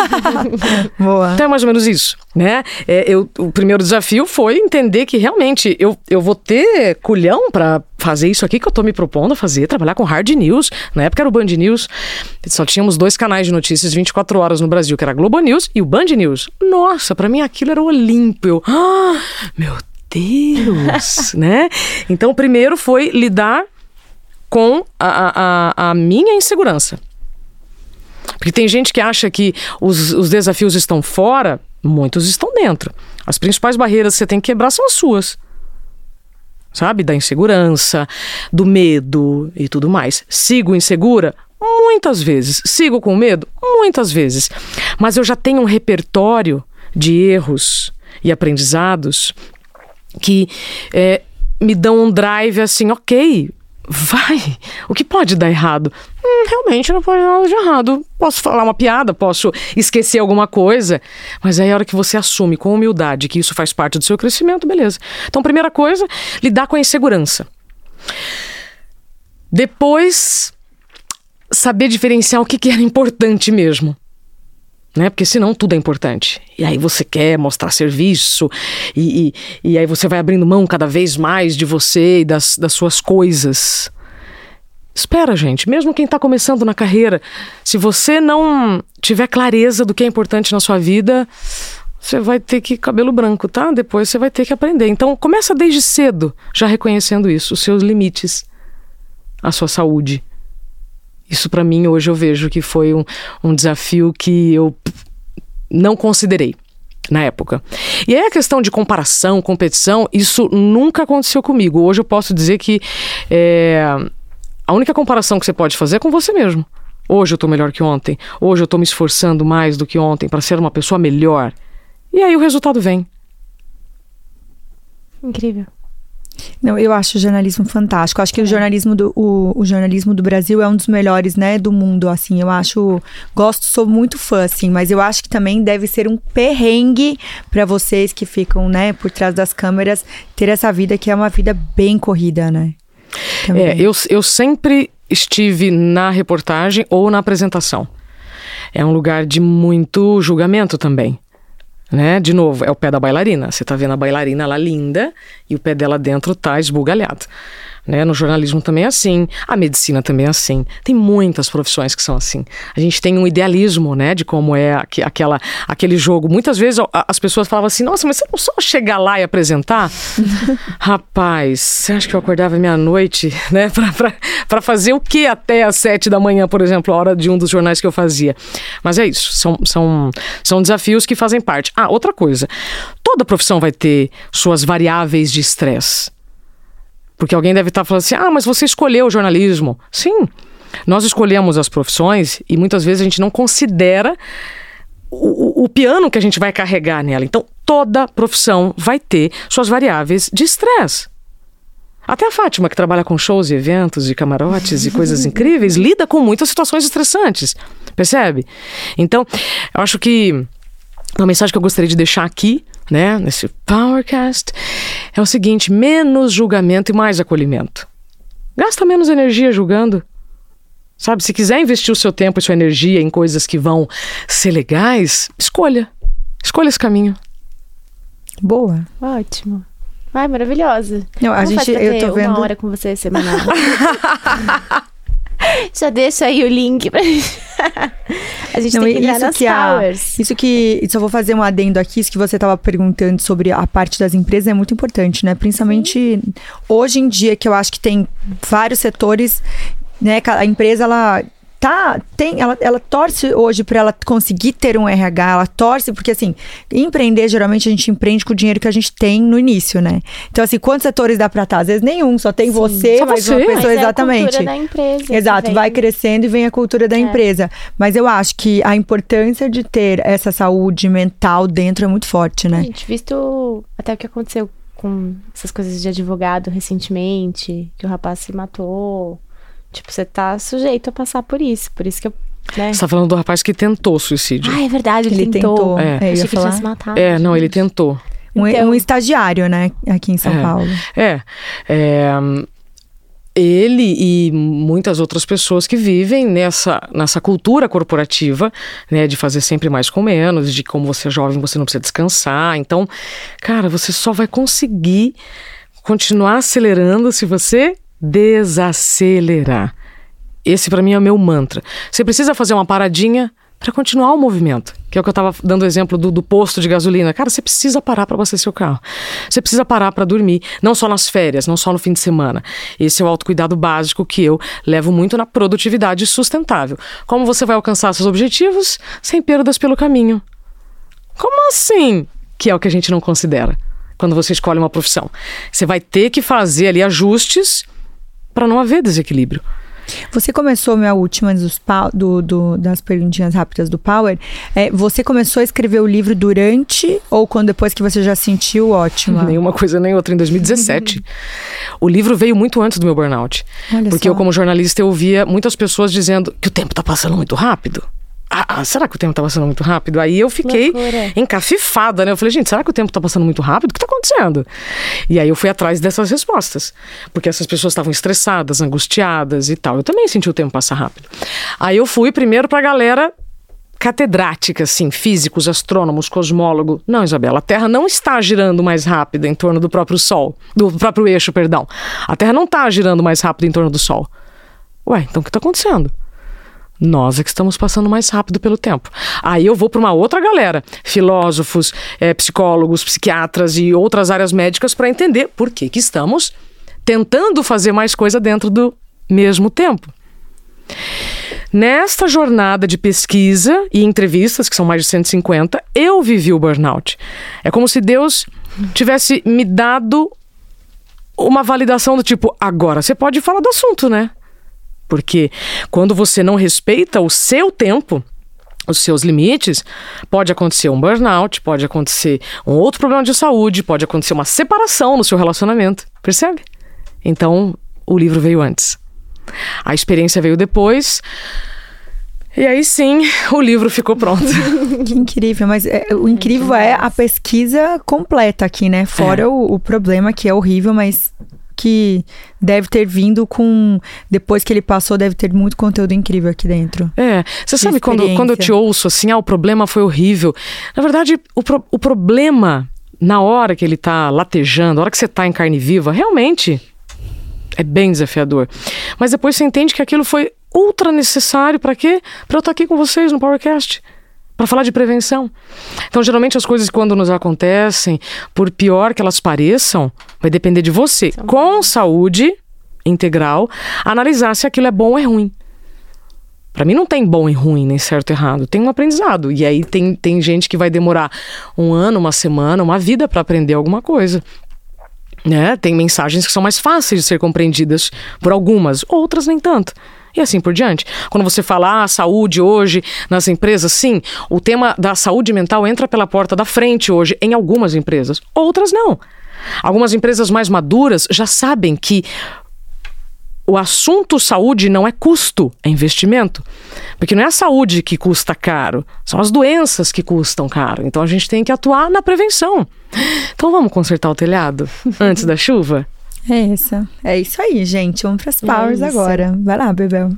Boa. Então é mais ou menos isso, né? O primeiro desafio foi entender que realmente eu vou ter culhão pra fazer isso aqui que eu tô me propondo a fazer, trabalhar com hard news. Na época era o Band News. Só tínhamos 2 canais de notícias 24 horas no Brasil, que era a Globo News e o Band News. Nossa, pra mim aquilo era o Olímpio. Meu Deus, né? Então o primeiro foi lidar com a minha insegurança. Porque tem gente que acha que os desafios estão fora, muitos estão dentro. As principais barreiras que você tem que quebrar são as suas. Sabe? Da insegurança, do medo e tudo mais. Sigo insegura? Muitas vezes. Sigo com medo? Muitas vezes. Mas eu já tenho um repertório de erros e aprendizados que me dão um drive assim, ok, vai. O que pode dar errado? Realmente não pode dar nada de errado. Posso falar uma piada, posso esquecer alguma coisa, mas aí a hora que você assume com humildade que isso faz parte do seu crescimento, beleza. Então, primeira coisa, lidar com a insegurança. Depois, saber diferenciar o que era importante mesmo. Né? Porque senão tudo é importante. E aí você quer mostrar serviço, e aí você vai abrindo mão cada vez mais de você e das suas coisas. Espera, gente, mesmo quem está começando na carreira, se você não tiver clareza do que é importante na sua vida, você vai ter que cabelo branco, tá? Depois você vai ter que aprender. Então começa desde cedo, já reconhecendo isso, os seus limites, a sua saúde. Isso para mim hoje eu vejo que foi um desafio que eu não considerei na época. E aí a questão de comparação, competição, isso nunca aconteceu comigo. Hoje eu posso dizer que a única comparação que você pode fazer é com você mesmo. Hoje eu tô melhor que ontem. Hoje eu tô me esforçando mais do que ontem para ser uma pessoa melhor. E aí o resultado vem. Incrível. Não, eu acho o jornalismo fantástico. Acho que o jornalismo do Brasil é um dos melhores, né, do mundo, assim. Eu acho, sou muito fã, assim, mas eu acho que também deve ser um perrengue para vocês que ficam, né, por trás das câmeras, ter essa vida que é uma vida bem corrida, né? Eu sempre estive na reportagem ou na apresentação. É um lugar de muito julgamento também. Né? De novo, é o pé da bailarina. Você tá vendo a bailarina lá linda e o pé dela dentro tá esbugalhado. Né? No jornalismo também é assim, a medicina também é assim. Tem muitas profissões que são assim. A gente tem um idealismo, né, de como é aquele jogo. Muitas vezes as pessoas falavam assim, nossa, mas você não só chegar lá e apresentar? Rapaz, você acha que eu acordava meia-noite, né, pra fazer o que até às 7 da manhã, por exemplo, a hora de um dos jornais que eu fazia? Mas é isso, são desafios que fazem parte. Ah, outra coisa, toda profissão vai ter suas variáveis de estresse. Porque alguém deve estar falando assim, mas você escolheu o jornalismo. Sim, nós escolhemos as profissões e muitas vezes a gente não considera o piano que a gente vai carregar nela. Então, toda profissão vai ter suas variáveis de estresse. Até a Fátima, que trabalha com shows e eventos e camarotes e coisas incríveis, lida com muitas situações estressantes. Percebe? Então, eu acho que uma mensagem que eu gostaria de deixar aqui, né, nesse Powercast, é o seguinte: menos julgamento e mais acolhimento. Gasta menos energia julgando. Sabe, se quiser investir o seu tempo e sua energia em coisas que vão ser legais, escolha esse caminho. Boa. Ótimo. Ai, maravilhosa. Não, eu tô vendo 1 hora com você semanal. Já deixa aí o link pra gente. A gente tem que entrar nas powers. Só vou fazer um adendo aqui, isso que você estava perguntando sobre a parte das empresas é muito importante, né? Principalmente hoje em dia, que eu acho que tem vários setores, né? A empresa, ela torce hoje para ela conseguir ter um RH, ela torce, porque assim, empreender, geralmente a gente empreende com o dinheiro que a gente tem no início, né? Então assim, quantos setores dá pra estar? Às vezes nenhum, só tem você, mais uma pessoa, exatamente. A cultura da empresa. Exato, vai crescendo e vem a cultura da empresa. Mas eu acho que a importância de ter essa saúde mental dentro é muito forte, né? Gente, visto até o que aconteceu com essas coisas de advogado recentemente, que o rapaz se matou. Tipo, você tá sujeito a passar por isso que eu, né? Você tá falando do rapaz que tentou suicídio. Ah, é verdade, ele tentou. Achei que ele tinha se matado. Não, ele tentou. Um estagiário, né, aqui em São Paulo. Ele e muitas outras pessoas que vivem nessa cultura corporativa, né, de fazer sempre mais com menos, de como você é jovem, você não precisa descansar. Então, cara, você só vai conseguir continuar acelerando se você desacelerar. Esse pra mim é o meu mantra. Você precisa fazer uma paradinha para continuar o movimento, que é o que eu tava dando o exemplo do posto de gasolina. Cara, você precisa parar para abastecer seu carro. Você precisa parar para dormir, não só nas férias, não só no fim de semana. Esse é o autocuidado básico que eu levo muito na produtividade sustentável. Como você vai alcançar seus objetivos sem perdas pelo caminho? Como assim? Que é o que a gente não considera quando você escolhe uma profissão. Você vai ter que fazer ali ajustes para não haver desequilíbrio. Você começou, minha última das perguntinhas rápidas do Power, você começou a escrever o livro durante ou depois que você já sentiu ótima? Nenhuma coisa nem outra, em 2017. O livro veio muito antes do meu burnout. Olha porque só. Eu, como jornalista, eu ouvia muitas pessoas dizendo que o tempo tá passando muito rápido. será que o tempo tá passando muito rápido? Aí eu fiquei encafifada, né? Eu falei, gente, será que o tempo tá passando muito rápido? O que tá acontecendo? E aí eu fui atrás dessas respostas. Porque essas pessoas estavam estressadas, angustiadas e tal. Eu também senti o tempo passar rápido. Aí eu fui primeiro pra galera catedrática, assim, físicos, astrônomos, cosmólogos. Não, Isabela, a Terra não está girando mais rápido em torno do próprio Sol. Do próprio eixo, perdão. A Terra não está girando mais rápido em torno do Sol. Ué, então o que está acontecendo? Nós é que estamos passando mais rápido pelo tempo. Aí eu vou para uma outra galera, filósofos, psicólogos, psiquiatras e outras áreas médicas para entender por que estamos tentando fazer mais coisa dentro do mesmo tempo. Nesta jornada de pesquisa e entrevistas, que são mais de 150, eu vivi o burnout. É como se Deus tivesse me dado uma validação do tipo, agora você pode falar do assunto, né? Porque quando você não respeita o seu tempo, os seus limites, pode acontecer um burnout, pode acontecer um outro problema de saúde, pode acontecer uma separação no seu relacionamento, percebe? Então, o livro veio antes. A experiência veio depois. E aí sim, o livro ficou pronto. Que incrível, mas o incrível é a pesquisa completa aqui, né? Fora o problema que é horrível, mas que deve ter vindo com... Depois que ele passou, deve ter muito conteúdo incrível aqui dentro. Você sabe quando eu te ouço assim, o problema foi horrível. Na verdade, o problema, na hora que ele tá latejando, na hora que você tá em carne viva, realmente é bem desafiador. Mas depois você entende que aquilo foi ultra necessário para quê? Para eu estar aqui com vocês no PowerCast. Para falar de prevenção. Então, geralmente, as coisas quando nos acontecem, por pior que elas pareçam, vai depender de você, com saúde integral, analisar se aquilo é bom ou é ruim. Para mim não tem bom e ruim, nem certo e errado. Tem um aprendizado. E aí tem gente que vai demorar um ano, uma semana, uma vida para aprender alguma coisa. Né? Tem mensagens que são mais fáceis de ser compreendidas por algumas, outras nem tanto. E assim por diante. Quando você fala saúde hoje nas empresas, sim, o tema da saúde mental entra pela porta da frente hoje em algumas empresas. Outras não. Algumas empresas mais maduras já sabem que o assunto saúde não é custo, é investimento. Porque não é a saúde que custa caro, são as doenças que custam caro. Então a gente tem que atuar na prevenção. Então vamos consertar o telhado antes da chuva? É isso aí, gente. Vamos para as powers agora. Vai lá, Bebel.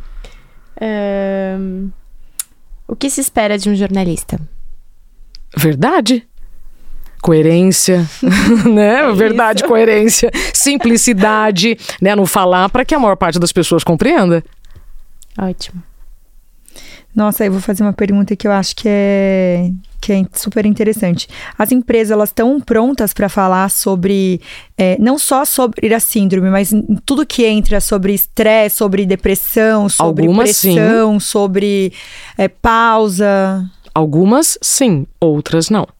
O que se espera de um jornalista? Verdade. Coerência, né? Verdade, coerência. Simplicidade, né? No falar, para que a maior parte das pessoas compreenda. Ótimo. Nossa, eu vou fazer uma pergunta que eu acho que é super interessante. As empresas, elas estão prontas para falar sobre, não só sobre a síndrome, mas em tudo que entra sobre estresse, sobre depressão, sobre pressão, sobre pausa? Algumas sim, outras não.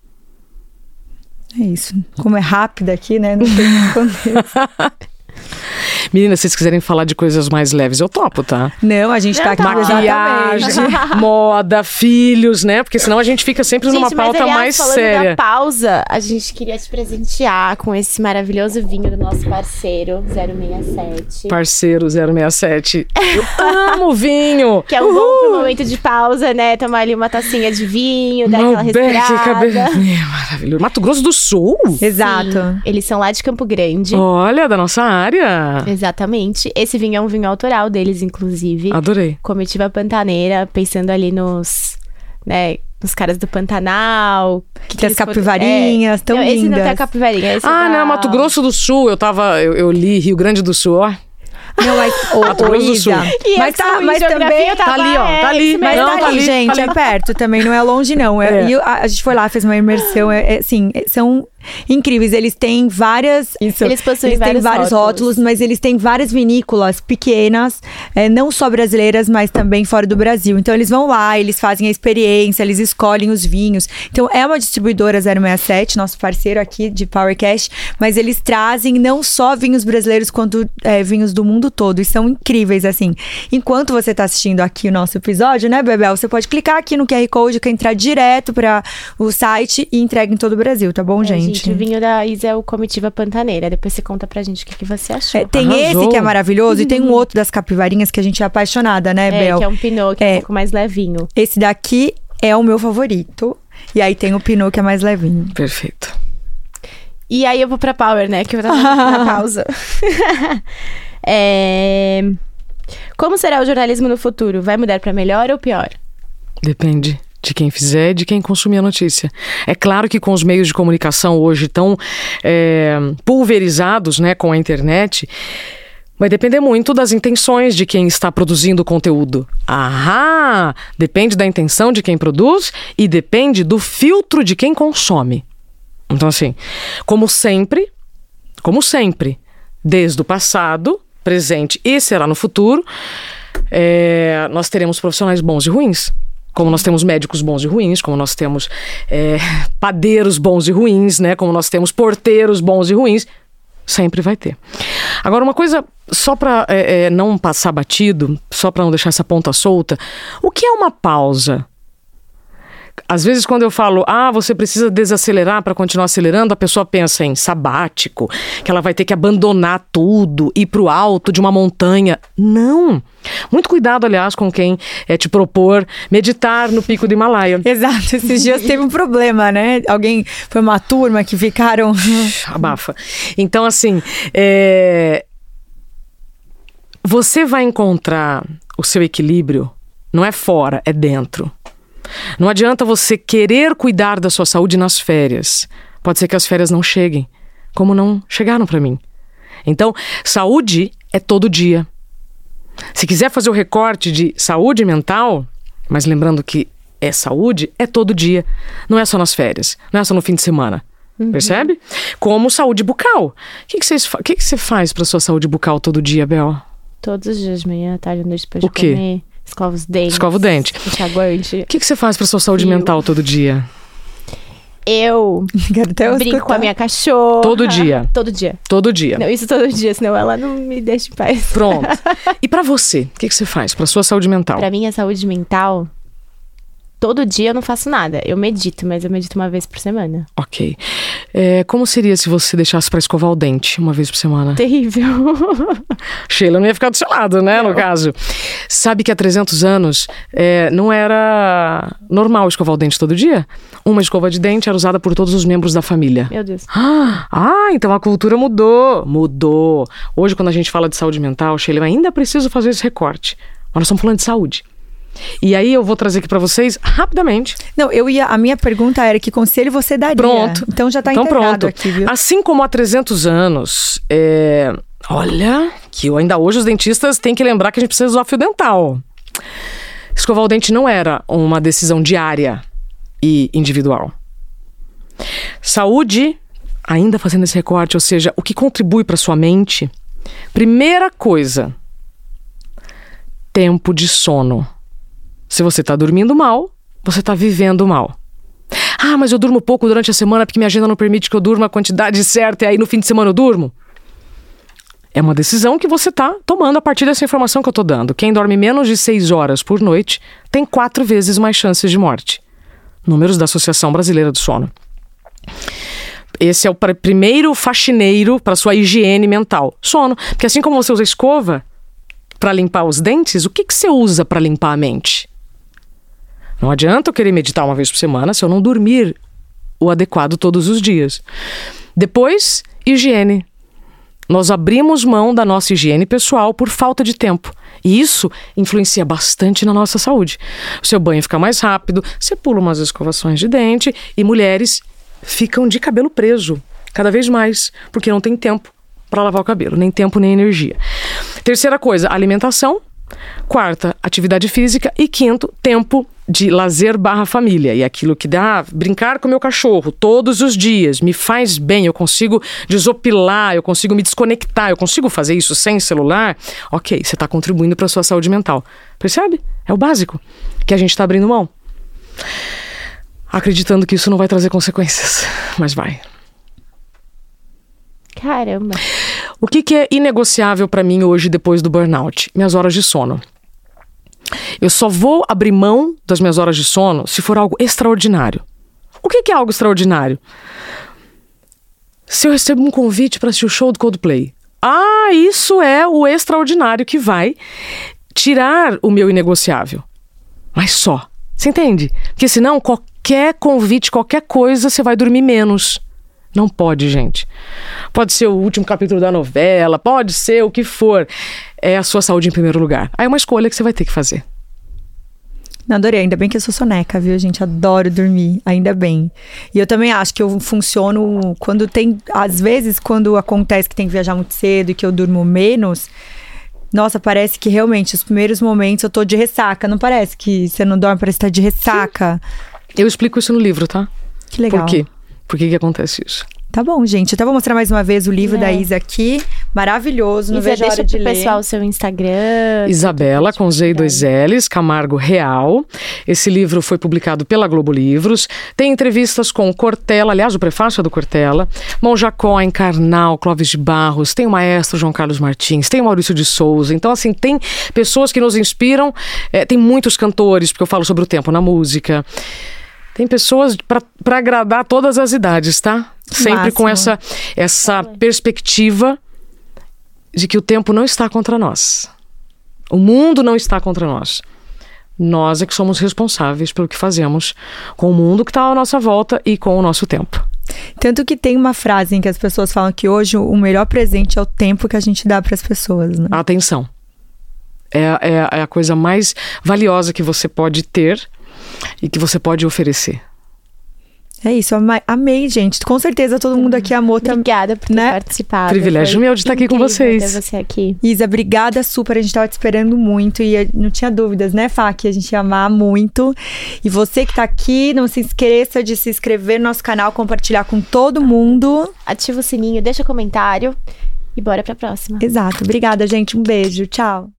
É isso. Como é rápida aqui, né? Não tem contexto. Meninas, se vocês quiserem falar de coisas mais leves, eu topo, tá? Não, a gente tá aqui maquiagem, moda, filhos, né? Porque senão a gente fica sempre numa pauta mais séria. Da pausa, a gente queria te presentear com esse maravilhoso vinho do nosso parceiro 067. Parceiro 067. Eu amo vinho! Que é um bom pro momento de pausa, né? Tomar ali uma tacinha de vinho, dar aquela respirada. Maravilhoso. Mato Grosso do Sul? Exato. Sim, eles são lá de Campo Grande. Olha, da nossa área. Exatamente. Esse vinho é um vinho autoral deles, inclusive. Adorei. Comitiva Pantaneira, pensando ali nos caras do Pantanal. Que as capivarinhas, tão lindas. Esse não tem a capivarinha. Esse não, Mato Grosso do Sul. Eu li Rio Grande do Sul, ó. Não, mas Mato Grosso do Sul. Mas também tá ali, ó. Tá ali. Mas não, tá ali, gente. Tá ali. É perto também, não é longe, não. E a gente foi lá, fez uma imersão. Assim, são incríveis. Eles têm várias... Eles possuem vários rótulos, mas eles têm várias vinícolas pequenas, não só brasileiras, mas também fora do Brasil. Então, eles vão lá, eles fazem a experiência, eles escolhem os vinhos. Então, é uma distribuidora 067, nosso parceiro aqui de PowerCast, mas eles trazem não só vinhos brasileiros, quanto vinhos do mundo todo. E são incríveis, assim. Enquanto você tá assistindo aqui o nosso episódio, né, Bebel? Você pode clicar aqui no QR Code, que entrar direto para o site e entrega em todo o Brasil, tá bom, gente? gente, o vinho da Isa é o Comitiva Pantaneira. Depois você conta pra gente o que você achou. Tem Arrasou. esse que é maravilhoso e tem um outro das capivarinhas que a gente é apaixonada, né, Bel? Que é um Pinot, que é um pouco mais levinho. Esse daqui é o meu favorito. E aí tem o Pinot que é mais levinho. Perfeito. E aí eu vou pra Power, né? Que eu tava na pausa. Como será o jornalismo no futuro? Vai mudar pra melhor ou pior? Depende de quem fizer e de quem consumir a notícia. É claro que com os meios de comunicação hoje tão pulverizados, né, com a internet, vai depender muito das intenções de quem está produzindo o conteúdo. Depende da intenção de quem produz e depende do filtro de quem consome. Então, assim, como sempre, desde o passado, presente e será no futuro, nós teremos profissionais bons e ruins. Como nós temos médicos bons e ruins, como nós temos padeiros bons e ruins, né? Como nós temos porteiros bons e ruins. Sempre vai ter. Agora, uma coisa, só para não passar batido, só para não deixar essa ponta solta, o que é uma pausa? Às vezes, quando eu falo, você precisa desacelerar para continuar acelerando, a pessoa pensa em sabático, que ela vai ter que abandonar tudo, ir pro alto de uma montanha. Não! Muito cuidado, aliás, com quem te propor meditar no pico do Himalaia. Exato, esses dias teve um problema, né? Foi uma turma que ficaram... Abafa. Então, assim, você vai encontrar o seu equilíbrio, não é fora, é dentro. Não adianta você querer cuidar da sua saúde nas férias. Pode ser que as férias não cheguem, como não chegaram para mim. Então, saúde é todo dia. Se quiser fazer o recorte de saúde mental, mas lembrando que saúde, é todo dia. Não é só nas férias, não é só no fim de semana. Percebe? Como saúde bucal. O que você faz para sua saúde bucal todo dia, Bel? Todos os dias, de manhã, tarde, à noite, depois de quê? comer. Escova os dentes. Escova o dente. Enxaguante. O que você faz para sua saúde mental todo dia? Eu brinco com a minha cachorra. Todo dia? Todo dia. Todo dia. Não, isso todo dia, senão ela não me deixa em paz. Pronto. E pra você, o que você faz pra sua saúde mental? Pra mim, a saúde mental, todo dia eu não faço nada. Eu medito, mas eu medito uma vez por semana. Ok. Como seria se você deixasse pra escovar o dente uma vez por semana? Terrível. Sheila não ia ficar do seu lado, né, no caso. Sabe que há 300 anos não era normal escovar o dente todo dia? Uma escova de dente era usada por todos os membros da família. Meu Deus. Então a cultura mudou. Mudou. Hoje, quando a gente fala de saúde mental, Sheila, eu ainda preciso fazer esse recorte. Mas nós estamos falando de saúde. E aí eu vou trazer aqui pra vocês rapidamente. Não, a minha pergunta era que conselho você daria? Pronto. Então já tá integrado aqui, viu? Assim como há 300 anos, olha, que ainda hoje os dentistas têm que lembrar que a gente precisa usar fio dental. Escovar o dente não era uma decisão diária e individual. Saúde, ainda fazendo esse recorte, ou seja, o que contribui para sua mente. Primeira coisa, tempo de sono. Se você está dormindo mal, você está vivendo mal. Mas eu durmo pouco durante a semana porque minha agenda não permite que eu durma a quantidade certa e aí no fim de semana eu durmo. É uma decisão que você está tomando a partir dessa informação que eu estou dando. Quem dorme menos de 6 horas por noite tem 4 vezes mais chances de morte. Números da Associação Brasileira do Sono. Esse é o primeiro faxineiro para sua higiene mental. Sono. Porque assim como você usa escova para limpar os dentes, o que você usa para limpar a mente? Não adianta eu querer meditar uma vez por semana se eu não dormir o adequado todos os dias. Depois, higiene. Nós abrimos mão da nossa higiene pessoal por falta de tempo. E isso influencia bastante na nossa saúde. O seu banho fica mais rápido, você pula umas escovações de dente e mulheres ficam de cabelo preso cada vez mais, porque não tem tempo para lavar o cabelo, nem tempo nem energia. Terceira coisa, alimentação. Quarta, atividade física. E quinto, tempo de lazer / família. E aquilo que dá, brincar com o meu cachorro todos os dias, me faz bem, eu consigo desopilar, eu consigo me desconectar, eu consigo fazer isso sem celular. Ok, você está contribuindo para a sua saúde mental. Percebe? É o básico que a gente está abrindo mão. Acreditando que isso não vai trazer consequências, mas vai. Caramba. O que é inegociável para mim hoje depois do burnout? Minhas horas de sono. Eu só vou abrir mão das minhas horas de sono se for algo extraordinário. O que é algo extraordinário? Se eu recebo um convite para assistir o show do Coldplay, isso é o extraordinário que vai tirar o meu inegociável. Mas só. Você entende? Porque senão qualquer convite, qualquer coisa, você vai dormir menos. Não pode, gente. Pode ser o último capítulo da novela, pode ser o que for. É a sua saúde em primeiro lugar. Aí é uma escolha que você vai ter que fazer. Não, adorei. Ainda bem que eu sou soneca, viu, gente? Adoro dormir. Ainda bem. E eu também acho que eu funciono quando tem... Às vezes, quando acontece que tem que viajar muito cedo e que eu durmo menos... Nossa, parece que realmente os primeiros momentos eu tô de ressaca. Não parece que você não dorme, parece que tá de ressaca? Sim. Eu explico isso no livro, tá? Que legal. Por quê? Por que acontece isso? Tá bom, gente. Então, vou mostrar mais uma vez o livro da Isa aqui. Maravilhoso. Não vejo a hora de ler. Deixa pro pessoal o seu Instagram. Isabela, com Z e 2 L's, Camargo Real. Esse livro foi publicado pela Globo Livros. Tem entrevistas com Cortella, aliás, o prefácio é do Cortella, Monja Cohen, Karnal, Clóvis de Barros, tem o maestro João Carlos Martins, tem o Maurício de Souza. Então, assim, tem pessoas que nos inspiram. Tem muitos cantores, porque eu falo sobre o tempo na música. Tem pessoas para agradar todas as idades, tá? Sempre com essa perspectiva de que o tempo não está contra nós. O mundo não está contra nós. Nós é que somos responsáveis pelo que fazemos com o mundo que está à nossa volta e com o nosso tempo. Tanto que tem uma frase em que as pessoas falam que hoje o melhor presente é o tempo que a gente dá para as pessoas, né? A atenção. É a coisa mais valiosa que você pode ter e que você pode oferecer. É isso, amei, gente. Com certeza todo mundo aqui amou também. Obrigada por ter participado. Privilégio meu de estar aqui com vocês. Ter você aqui. Isa, obrigada super. A gente tava te esperando muito e não tinha dúvidas, né, Fá? Que a gente ia amar muito. E você que tá aqui, não se esqueça de se inscrever no nosso canal, compartilhar com todo mundo. Ativa o sininho, deixa comentário e bora pra próxima. Exato. Obrigada, gente. Um beijo. Tchau.